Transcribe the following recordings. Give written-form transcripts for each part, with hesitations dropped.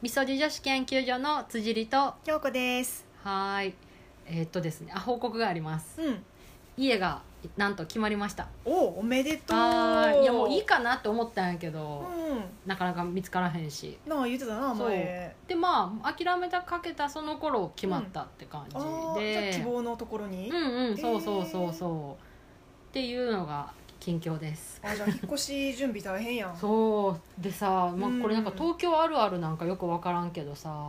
みそじ女子研究所の辻里と京子です。 はい。ですね、報告があります。 うん。 家がなんと決まりました。 おめでとう。 いやもういいかなって思ったんやけど、なかなか見つからへんし。 なあ言ってたな前。 でまあ諦めたかけたその頃決まったって感じで。 じゃあ希望のところに。 そうっていうのが近況です。 じゃあ引っ越し準備大変やん。 そうでさ、これなんか東京あるあるなんかよく分からんけどさ、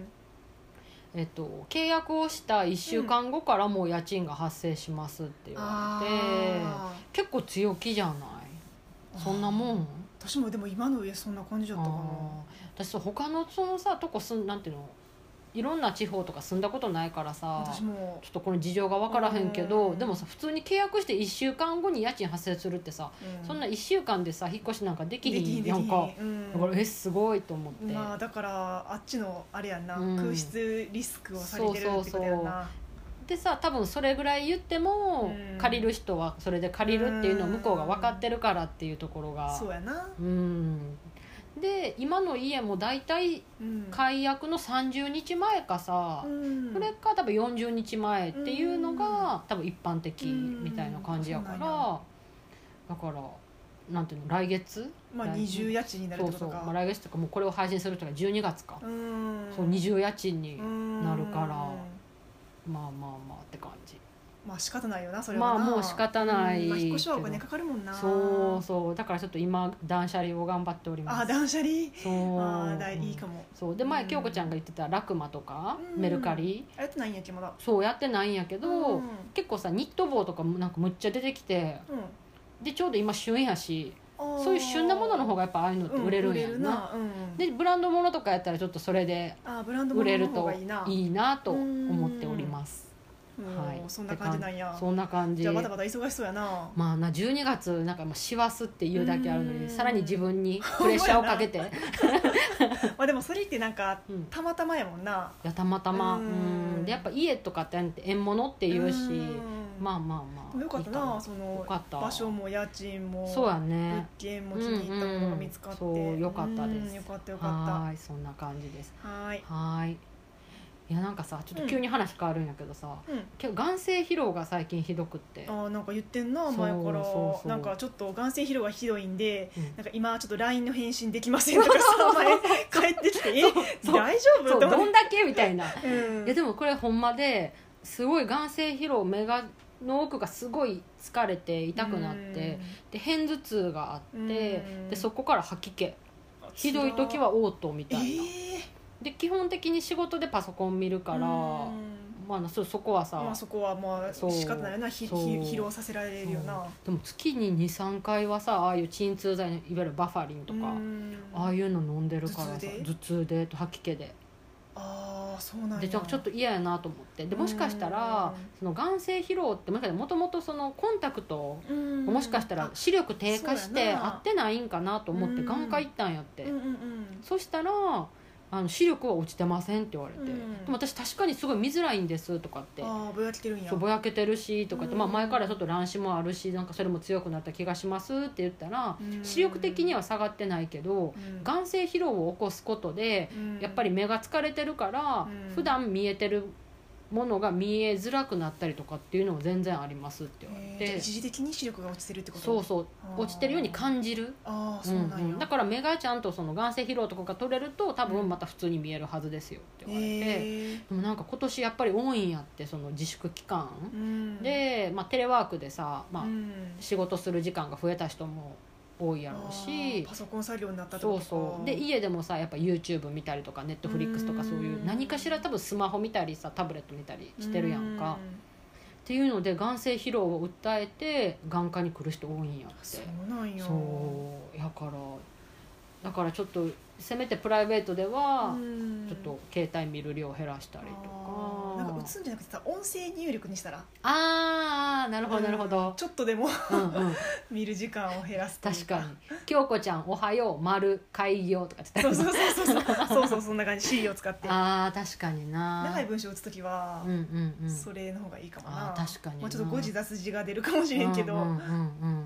契約をした1週間後からもう家賃が発生しますって言われて、結構強気じゃない？そんなもん？ 私もでも今の家そんな感じだったかな。 私他のそのさとこなんていうの、いろんな地方とか住んだことないからさ、 私もちょっとこの事情が分からへんけど、でもさ普通に契約して1週間後に家賃発生するってさ、そんな1週間でさ引っ越しなんかできひんやんか。だからすごいと思って、 だからあっちのあれやんな、空室リスクをされてるってことやんな。 でさ、多分それぐらい言っても、借りる人はそれで借りるっていうのを向こうが分かってるからっていうところが、 そうやな。 で今の家もだいたい解約の30日前かさ、それか多分40日前っていうのが多分一般的みたいな感じやから、だからなんていうの、来月、 20家賃になるってことか。 来月とかもうこれを配信するとか12月か、そう20家賃になるから、まあって感じ。 仕方ないよなそれはな。 もう仕方ないけど、 引っ越しはお金かかるもんな。 そうだからちょっと今断捨離を頑張っております。 断捨離。いいかも。 そうで前京子ちゃんが言ってたラクマとかメルカリやってないんやっけまだ。 そうやってないんやけど、結構さニット帽とかもなんかむっちゃ出てきて、でちょうど今旬やし、そういう旬なものの方がやっぱああいうのって売れるんやんな。でブランド物とかやったらちょっとそれで売れるといいなと思っております。 そんな感じなんや。 そんな感じ。 じゃあまだまだ忙しそうやな。 12月なんかもう師走っていうだけあるのに、さらに自分にプレッシャーをかけてでもそれってなんかたまたまやもんな。 いやたまたまでやっぱ家とかって縁物っていうし、 よかったな、その場所も家賃もそうやね、 物件も気に入ったものが見つかって、 そうよかったです。 よかったよかった。 そんな感じです。 はい。 いやなんかさちょっと急に話変わるんやけどさ、今日眼精疲労が最近ひどくって。 なんか言ってんな前から。なんかちょっと眼精疲労がひどいんで、なんか今ちょっと LINE の返信できませんとかさ前帰ってきて大丈夫どんだけみたいな。いやでもこれほんまですごい眼精疲労、目の奥がすごい疲れて痛くなって、で片頭痛があって、でそこから吐き気、ひどい時は嘔吐みたいな。で基本的に仕事でパソコン見るから、そこはさ、 そこは仕方ないよな、疲労させられるよな。 でも月に 2,3 回はさ、ああいう鎮痛剤のいわゆるバファリンとかああいうの飲んでるからさ、頭痛でと吐き気で、 そうなんや。 でちょっと嫌やなと思って、でもしかしたらその眼精疲労ってもともとそのコンタクトもしかしたら視力低下して合ってないんかなと思って眼科行ったんやって。そしたら視力は落ちてませんって言われて、でも私確かにすごい見づらいんですとかって、 ぼやけてるんや。 そうぼやけてるしとかって、前からちょっと乱視もあるし、なんかそれも強くなった気がしますって言ったら、視力的には下がってないけど眼精疲労を起こすことでやっぱり目が疲れてるから、普段見えてるものが見えづらくなったりとかっていうのも全然ありますって言われて、 一時的に視力が落ちてるってこと？ そう落ちてるように感じる。 そうなんや。 だから目がちゃんとその眼精疲労とかが取れると多分また普通に見えるはずですよって言われて、でもなんか今年やっぱり多いんやって、その自粛期間で、テレワークでさ、仕事する時間が増えた人も多いやろうし、 パソコン作業になったってことか。 で家でもさやっぱ YouTube 見たりとか Netflix とかそういう何かしら多分スマホ見たりさタブレット見たりしてるやんか。っていうので眼精疲労を訴えて眼科に来る人多いんやって。 そうなんや。 そうだからちょっとせめてプライベートではちょっと携帯見る量を減らしたりとか、 なんか打つんじゃなくてさ、音声入力にしたら。 なるほどなるほど。 ちょっとでも見る時間を減らすというか。 確かに京子ちゃんおはよう丸開業とかって言ったらそうそんな感じ。 C を使って。 確かにな。 長い文章を打つときはそれの方がいいかもな。 確かにな。 ちょっと誤字脱字が出るかもしれんけど、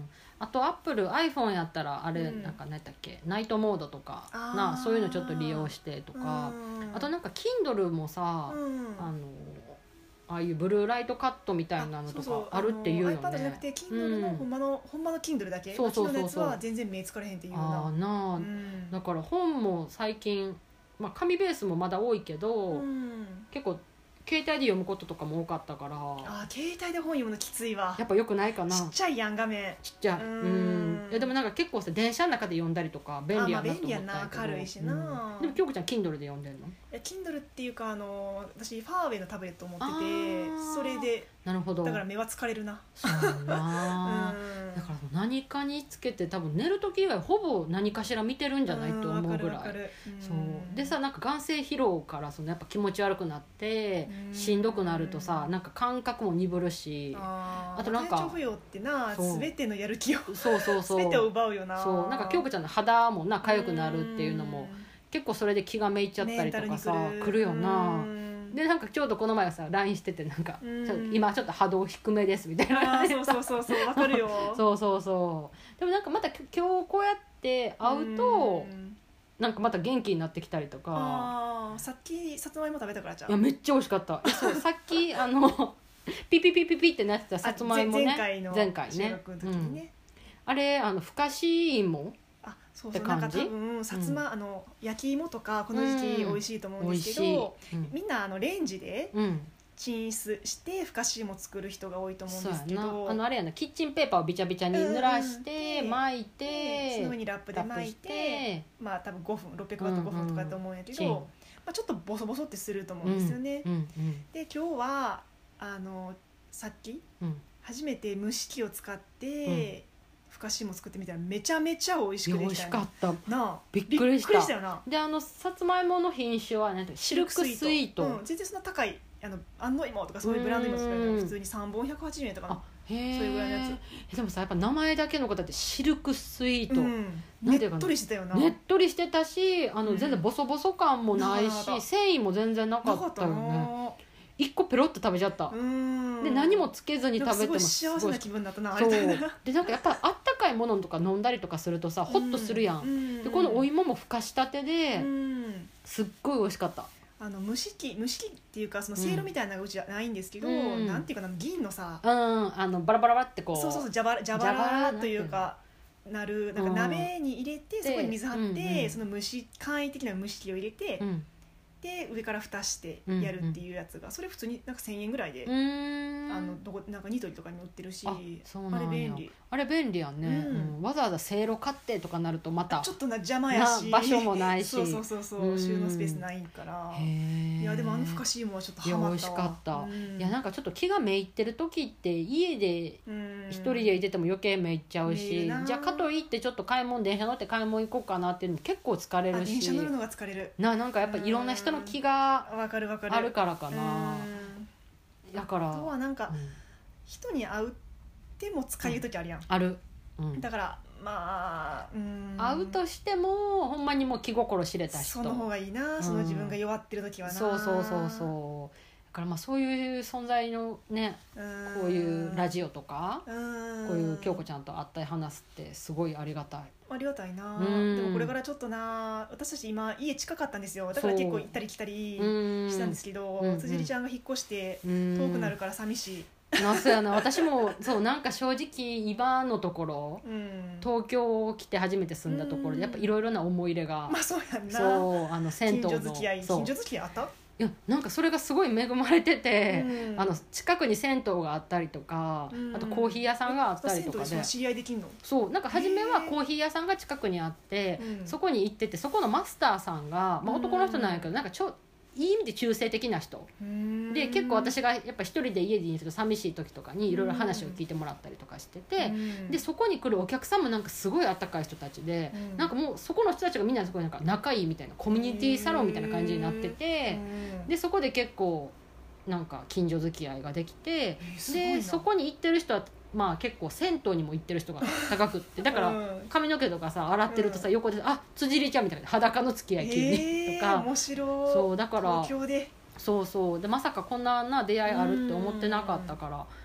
あとアップル iPhone やったらあれ、なんか何やったっけナイトモードとかそういうのちょっと利用してとか、あとなんか Kindle もさ、ああいうブルーライトカットみたいなのとかあるっていうよね。 iPad じゃなくて Kindle のほんまの Kindle だけ、 そうそうそうそう、 のやつは全然目つかれへんっていうような。 あなあ、だから本も最近、紙ベースもまだ多いけど、結構携帯で読むこととかも多かったから、 携帯で本読むのきついわ。 やっぱ良くないかな。 ちっちゃいやん画面、 ちっちゃい。いやでもなんか結構さ電車の中で読んだりとか便利やなと思ったんやけど、 軽いしな。 でも京子ちゃん Kindle で読んでんの？ Kindle っていうか私ファーウェイのタブレットを持ってて、それで。 なるほど。 だから目は疲れるな。 そうなだから何かにつけて多分寝る時以外ほぼ何かしら見てるんじゃないと思うぐらい。そうでさ、なんか眼性疲労からやっぱ気持ち悪くなってしんどくなるとさ、なんか感覚も鈍るし、あとなんか体調不良ってな、全てのやる気をそう全てを奪うよな。 そうなんか京子ちゃんの肌もな痒くなるっていうのも結構それで気がめいっちゃったりとかさくるよな。でなんかちょうどこの前はさ LINE してて、なんか今ちょっと波動低めですみたいな。 そうわかるよ。 そうでもなんかまた今日こうやって会うとなんかまた元気になってきたりとか。 さっきさつまいも食べたからじゃん。 いやめっちゃ美味しかった。そうさっきピピピピピってなってたさつまいもね、前回ね、 収録の時にね、 あれふかし芋そうなんか多分さつま、焼き芋とかこの時期美味しいと思うんですけど、みんなレンジでチンしてふかし芋作る人が多いと思うんですけど、 あれやな、キッチンペーパーをびちゃびちゃに濡らして巻いて、 その上にラップで巻いて、多分5分600ワット5分とかだと思うんやけど、ちょっとボソボソってすると思うんですよね。で今日はさっき初めて蒸し器を使ってふかし芋作ってみたらめちゃめちゃ美味しくできた、 美味しかったな。 びっくりしたよな。 でさつまいもの品種はシルクスイート、 全然そんな高い安納芋とかそういうブランド芋とか普通に3本180円とかそういうぐらいのやつ。 でもさやっぱ名前だけの子だってシルクスイート、 ねっとりしてたよな。 ねっとりしてたし全然ボソボソ感もないし繊維も全然なかったよね。1個ペロッと食べちゃった。で何もつけずに食べてもすごい幸せな気分だったな。 そうでなんかやっぱあったかいものとか飲んだりとかするとさホッとするやん。でこのお芋もふかしたてですっごい美味しかった。 蒸し器っていうかそのせいろみたいなのがうちはないんですけど、なんていうかな、銀のさ、 バラバラバラってこうそうジャバラというかなる、なんか鍋に入れてそこに水張ってその簡易的な蒸し器を入れて、で上から蓋してやるっていうやつが、それ普通になんか1000円ぐらいでなんかニトリとかに売ってるし、あれ便利。あれ便利やね。わざわざせいろ買ってとかなるとまたちょっと邪魔やし場所もないし、 そう収納スペースないから。いやでもふかし芋はちょっとハマったわ。 美味しかった。いやなんかちょっと気がめいってる時って家で一人でいてても余計めいっちゃうし、じゃあかといってちょっと買い物電車乗って買い物行こうかなっていうのも結構疲れるし、 電車乗るのが疲れるなんかやっぱいろんな人の気があるからかな。だからあとはなんか人に会うっても使いる時あるやん。 ある。 だから会うとしてもほんまにもう気心知れた人その方がいいな。その自分が弱ってる時はな。 そうだからそういう存在のね、こういうラジオとかこういう京子ちゃんと会ったり話すってすごいありがたい。 ありがたいな。でもこれからちょっとな、私たち今家近かったんですよ。だから結構行ったり来たりしたんですけど、辻里ちゃんが引っ越して遠くなるから寂しい。 そうやな。私もなんか正直今のところ、東京来て初めて住んだところでやっぱいろいろな思い入れが、 そうやんな。 銭湯の近所付き合いあった？ いやなんかそれがすごい恵まれてて、近くに銭湯があったりとか、あとコーヒー屋さんがあったりとかで、 知り合いできんの？ そうなんか初めはコーヒー屋さんが近くにあって、そこに行ってて、そこのマスターさんが、男の人なんやけどなんかいい意味で中性的な人で、結構私がやっぱ一人で家にいると寂しい時とかにいろいろ話を聞いてもらったりとかしてて、でそこに来るお客さんもなんかすごい温かい人たちで、なんかもうそこの人たちがみんなそこになんか仲いいみたいなコミュニティサロンみたいな感じになってて、でそこで結構なんか近所付き合いができて、でそこに行ってる人は結構銭湯にも行ってる人が高くって、だから髪の毛とかさ洗ってるとさ、横で辻里ちゃんみたいな裸の付き合い急にとか、 面白い。 そうだから東京でそうでまさかこんな出会いあるって思ってなかったから、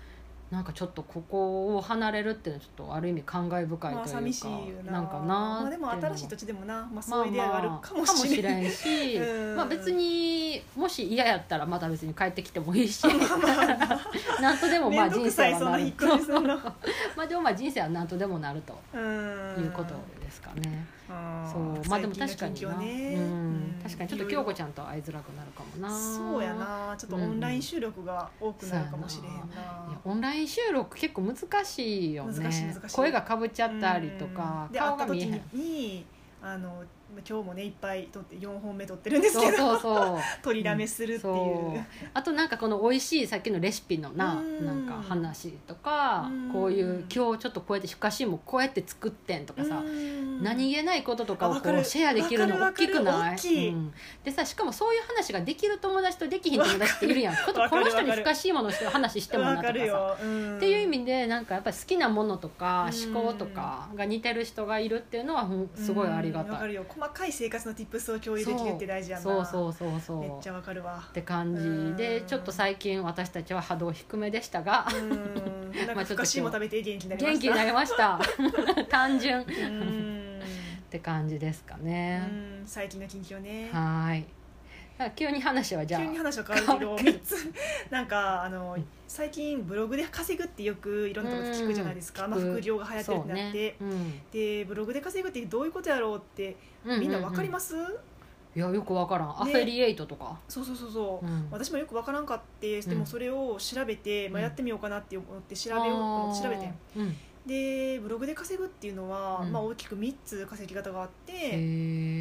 なんかちょっとここを離れるっていうのはちょっとある意味感慨深いというか、 寂しいよな。 なんかな、 まあ、でも新しい土地でもな、そういう出会いがあるかもしれんし、別にもし嫌やったらまた別に帰ってきてもいいしなんとでもまあ人生はなるとまあでもまあ人生はなんとでもなるということですかね。そうまあでも確かにな、確かにちょっと京子ちゃんと会いづらくなるかもな。 そうやな、ちょっとオンライン収録が多くなるかもしれへんな。 オンライン収録結構難しいよね。声がかぶっちゃったりとか、顔が見えへん。で会った時に今日もねいっぱい撮って4本目撮ってるんですけど、取りだめするっていう、 あとなんかこの美味しいさっきのレシピのなんか話とか、こういう今日ちょっとこうやってふかしもこうやって作ってんとかさ、何気ないこととかをこうシェアできるの大きくない？でさ、しかもそういう話ができる友達とできひん友達っているやん。この人にふかしいものの話してもなとかさ、っていう意味でなんかやっぱり好きなものとか思考とかが似てる人がいるっていうのはすごいありがたい。 わかるよ。細かい生活の tips を共有できるって大事やな。 そうめっちゃわかるわって感じで、ちょっと最近私たちは波動低めでしたが、 なんかふかしも食べて元気になりました。 元気になりました単純って感じですかね。 最近の近況ね。 はい。急に話はじゃあ急に話は変わるけど3つなんか最近ブログで稼ぐってよくいろんなところで聞くじゃないですか。副業が流行ってるってなって、でブログで稼ぐってどういうことやろうってみんな分かります？ いやよく分からん。アフィリエイトとか。 そう、私もよく分からんかって、でもそれを調べて、やってみようかなって思って調べて、でブログで稼ぐっていうのは、大きく3つ稼ぎ方があって、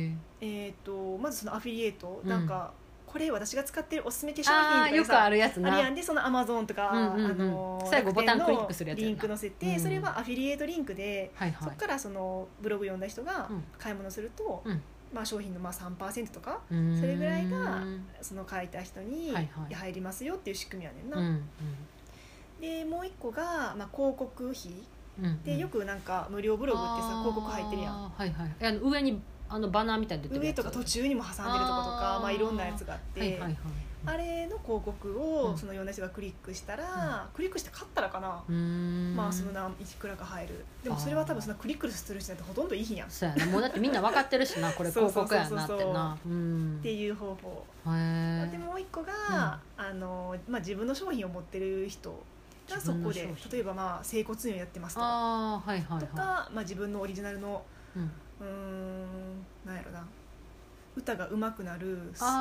まずそのアフィリエイト、なんかこれ私が使ってるおすすめ化粧品とかよくあるやつな、 あれやんで、そのアマゾンとか、 最後ボタンクリックするやつリンク載せて、それはアフィリエイトリンクで、そこからそのブログ読んだ人が買い物すると、商品の3% とか、それぐらいがその書いた人に入りますよっていう仕組みやねんな。でもう一個が、広告費で、よくなんか無料ブログってさ広告入ってるやん。 上にバナーみたいに出てるやつ、 上とか途中にも挟んでるとことか、いろんなやつがあって、あれの広告をその読んだ人がクリックしたら、クリックして買ったらかな、そのいくらか入る。でもそれは多分そのクリックする人なんてほとんどいいひんやん。 そうやな、もうだってみんな分かってるしなこれ広告やなってなっていう方法で、もう一個が、自分の商品を持ってる人がそこで、例えば整骨院をやってますとか、自分のオリジナルのなんやろな、歌が上手くなる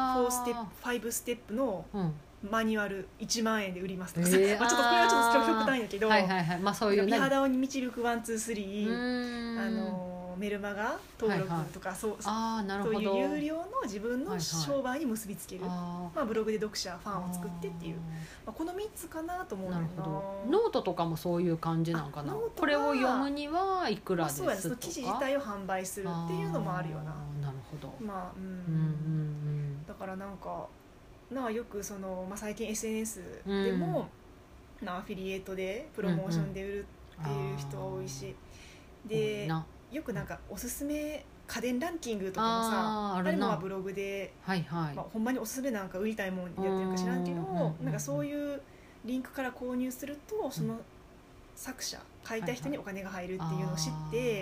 5ステップのマニュアル1万円で売りますとか、ちょっとこれはちょっと極端やけど、そういう美肌を導くワンツースリー、メルマガ登録とか、そういう有料の自分の商売に結びつける、ブログで読者ファンを作ってっていう、この3つかなと思うんだよな。 ノートとかもそういう感じなんかな。これを読むにはいくらですとか、 そうやね、記事自体を販売するっていうのもあるよな。 なるほど。 だからなんかよくその、最近 SNS でも、アフィリエイトでプロモーションで売るっていう人多いし、でよくなんかおすすめ家電ランキングとかもさ、あれもブログで、ほんまにおすすめなんか売りたいもんやってるか知らんけど、なんかそういうリンクから購入するとその作者書いた人にお金が入るっていうのを知って、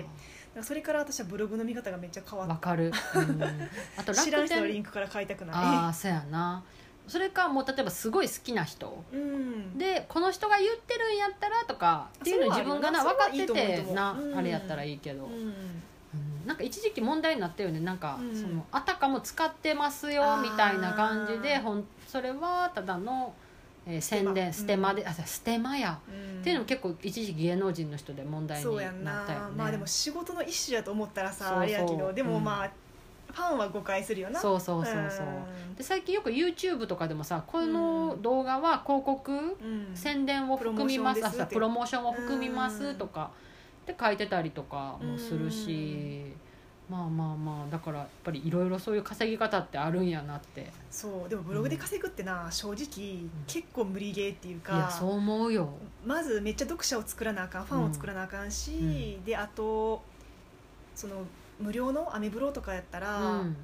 それから私はブログの見方がめっちゃ変わった。 わかる。 あと知らん人のリンクから買いたくない。 そうやな。それかもう例えばすごい好きな人、でこの人が言ってるんやったらとかっていうの自分が分かっててな、あれやったらいいけど、なんか一時期問題になったよね。なんかそのあたかも使ってますよみたいな感じで、それはただの宣伝ステマで、ステマや、っていうのも結構一時期芸能人の人で問題になったよね。 でも仕事の一種だと思ったらさあれやけど、でもファンは誤解するよな。 そうで最近よく YouTube とかでもさ、この動画は広告、宣伝を含みます、プロモーションを含みますとかって書いてたりとかもするし、だからやっぱりいろいろそういう稼ぎ方ってあるんやなって。 そうでもブログで稼ぐってな、正直結構無理ゲーっていうか、 いやそう思うよ。 まずめっちゃ読者を作らなあかん、ファンを作らなあかんし、であとその無料のアメブロとかやったら、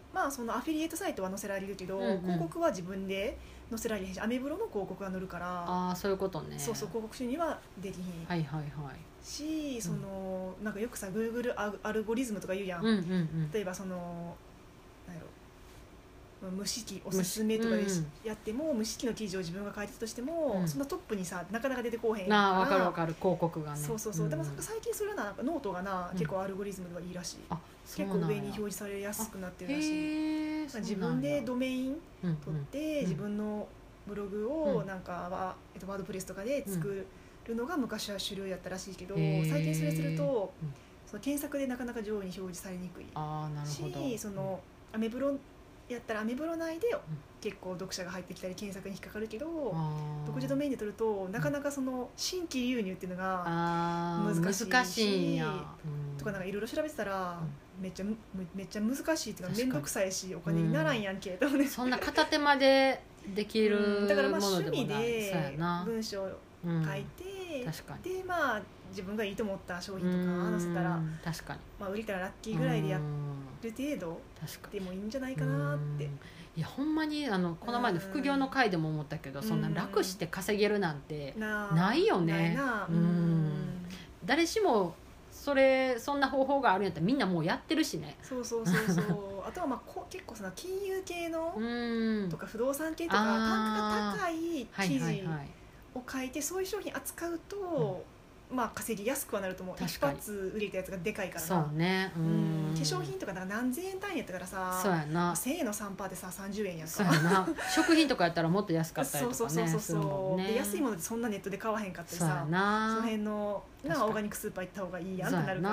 まあそのアフィリエイトサイトは載せられるけど、広告は自分で載せられへんし、アメブロの広告が載るから、 ああそういうことね。 そうそう広告収入はできひん、 はいはいはいし、そのなんかよくさ Google アルゴリズムとか言うやん、例えばそのなんやろ蒸し器おすすめとかでやっても、蒸し器の記事を自分が書いてたとしても、そのトップにさなかなか出てこうへんから。 分かる分かる、広告がね。 そうそうそう、でも最近それはなんかノートがな、結構アルゴリズムがいいらしい。結構上に表示されやすくなってるらしい。自分でドメイン取って、自分のブログをなんかワードプレスとかで作るのが昔は主流やったらしいけど、最近それすると、その検索でなかなか上位に表示されにくいし、そのアメブロやったらアメブロ内で結構読者が入ってきたり検索に引っかかるけど、独自ドメインで取るとなかなかその新規流入っていうのが難しいし、とかなんかいろいろ調べてたらめっちゃ難しいっていうか面倒くさいしお金にならんやんけとね。 そんな片手間でできるものでもない。 だからまあ趣味で文章を書いて、でまあ自分がいいと思った商品とか載せたら、 確かに、 まあ、売れたらラッキーぐらいでやる程度でもいいんじゃないかなって。 いやほんまにこの前の副業の回でも思ったけど、そんな楽して稼げるなんてないよね。誰しもそんな方法があるんやったらみんなもうやってるしね。 そうあとはまあ結構その金融系のとか不動産系とか単価が高い記事を書いて、そういう商品扱うと、まあ稼ぎやすくはなると思う。一発売れたやつがでかいからな。 そうね、 化粧品とか何千円単位やったからさ、 そうやな、 1000円の 3% でさ30円やんか。 そうやな食品とかやったらもっと安かったりとかね。 そうで安いものでそんなネットで買わへんかったりさ、その辺のオーガニックスーパー行った方がいいやんってなるから、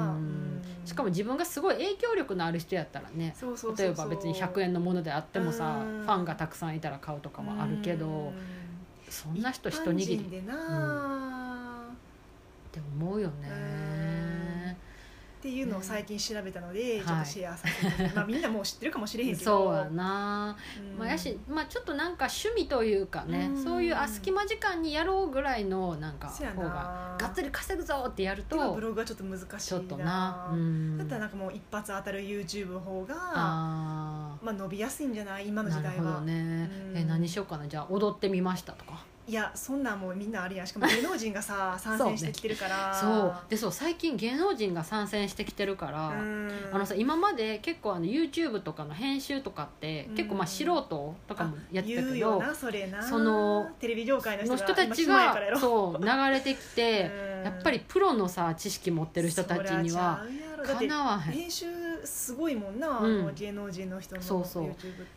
しかも自分がすごい影響力のある人やったらね、例えば別に100円のものであってもさ、ファンがたくさんいたら買うとかもあるけど、そんな人一握り一般人でなって思うよね。 っていうのを最近調べたので、ちょっとシェアさせて、まあみんなもう知ってるかもしれへんけど、 そうやな、まあやし、まあちょっとなんか趣味というかね、そういう隙間時間にやろうぐらいのなんか方ががっつり稼ぐぞってやると、 ブログはちょっと難しいな。 ちょっとな、 だったらなんかもう一発当たる YouTube の方がまあ伸びやすいんじゃない、今の時代は。 なるほどね。何しようかな、じゃあ踊ってみましたとか。 いやそんなんもうみんなあるやん。しかも芸能人がさ参戦してきてるからそう最近芸能人が参戦してきてるから、さ今まで結構YouTube とかの編集とかって結構まあ素人とかもやってたけど、 言うよなそれな、 そのテレビ業界の人たちがそう流れてきてやっぱりプロのさ知識持ってる人たちにはかなわへん。 編集すごいもんな、芸能人の人の YouTube って。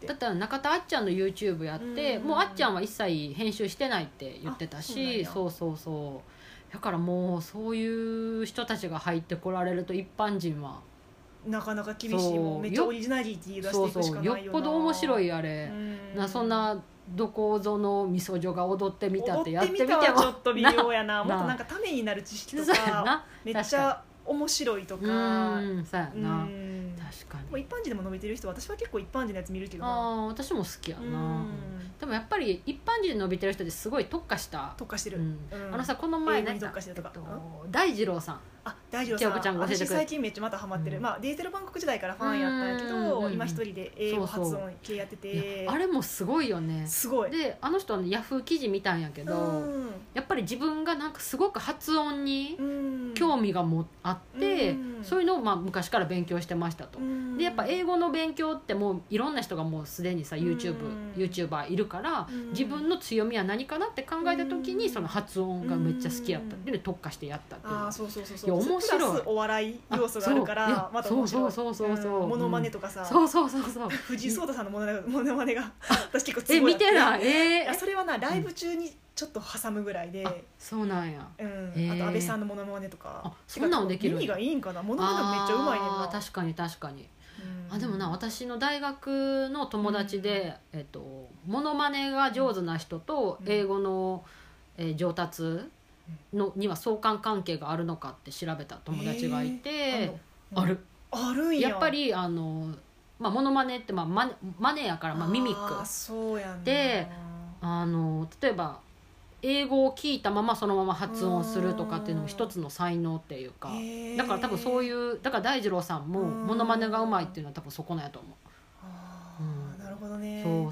だったら中田あっちゃんの YouTube やって、もうあっちゃんは一切編集してないって言ってたし、そうだからもうそういう人たちが入ってこられると一般人はなかなか厳しい。もんめっちゃオリジナリティ出していくしかないよな。 よっぽど面白いあれそんなどこぞのみそ女が踊ってみたってやってみてもちょっと微妙やな。もっとなんかためになる知識とかめっちゃ面白いとか、そうやな、確かに。 一般人でも伸びてる人、私は結構一般人のやつ見るけどな。私も好きやな。でもやっぱり一般人で伸びてる人ってすごい特化してる。さこの前大二郎さん、 大二郎さん、私最近めっちゃまたハマってる。まあデーテルバンコク時代からファンやったんやけど、今一人で英語発音系やってて、 あれもすごいよね。 すごい。 でヤフー記事見たんやけど、やっぱり自分がなんかすごく発音に興味があって、そういうのをまあ昔から勉強してましたと。でやっぱ英語の勉強ってもういろんな人がもうすでにさ YouTuber いるから、自分の強みは何かなって考えた時にその発音がめっちゃ好きやったで特化してやったっていう。 そう面白い。 お笑い要素があるからまた面白い。モノマネとかさ、藤井聡太さんのモノマネが私結構強い。 見てない。 それはなライブ中にちょっと挟むぐらいで。 そうなんや。 あと安倍さんのモノマネとか。 そんなのできる。 耳がいいんかな。モノマネもめっちゃうまいねんな。 確かに確かに。でもな私の大学の友達でモノマネが上手な人と英語の上達には相関関係があるのかって調べた友達がいて、あるんや。やっぱりモノマネってマネやからミミックそうやんで例えば英語を聞いたままそのまま発音するとかっていうのも一つの才能っていうか、だから多分そういうだから大二郎さんもモノマネがうまいっていうのは多分そこなんやと思う。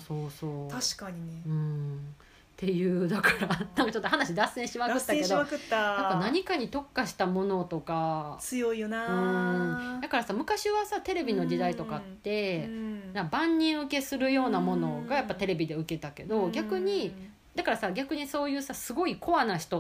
そうそう確かにね、 っていうだからなんかちょっと話脱線しまくったけど、やっぱ何かに特化したものとか強いよな、 だからさ昔はさテレビの時代とかって、なんか万人受けするようなものがやっぱテレビで受けたけど、逆にだからさ逆にそういうさすごいコアな人って、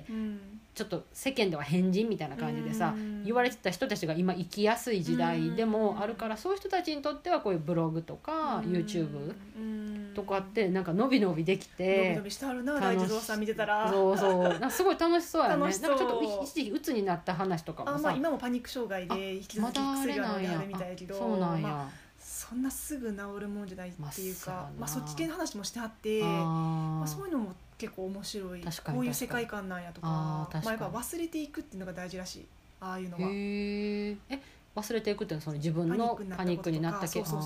ちょっと世間では変人みたいな感じでさ、言われてた人たちが今生きやすい時代でもあるから、そういう人たちにとってはこういうブログとか YouTube とかってなんか伸び伸びできて、 伸び伸びしてはるな大地蔵さん見てたら、 そうそうなんかすごい楽しそうやね。なんかちょっ楽しそうと一時期鬱になった話とかもさ、 まあ、今もパニック障害で引き続き薬が飲んであるみたいだけど、 そうなんや、 そんなすぐ治るもんじゃないっていうか、そっち系の話もしてはって、そういうのも結構面白い。こういう世界観なんやとか、やっぱ忘れていくっていうのが大事らしい、ああいうのは。 忘れていくっていうのはその自分のパニックになったけど、そう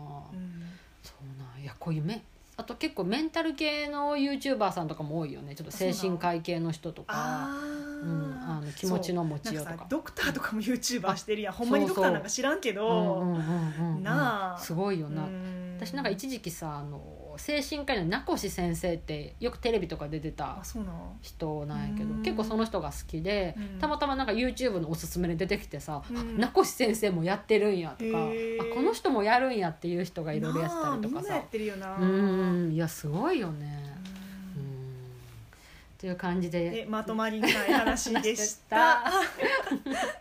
なんや。こういうあと結構メンタル系の YouTuber さんとかも多いよね。ちょっと精神科医系の人とか、気持ちの持ちようとか、 ドクターとかも YouTuber してるやん。ほんまにドクターなんか知らんけどなあ、 すごいよな。私なんか一時期さ精神科医の名越先生ってよくテレビとか出てた人なんやけど、結構その人が好きで、たまたまなんか YouTube のおすすめで出てきてさ、名越先生もやってるんやとか、この人もやるんやっていう人がいろいろやってたりとかさ、 みんなやってるよな。 いやすごいよね。っていう感じでまとまりない話でした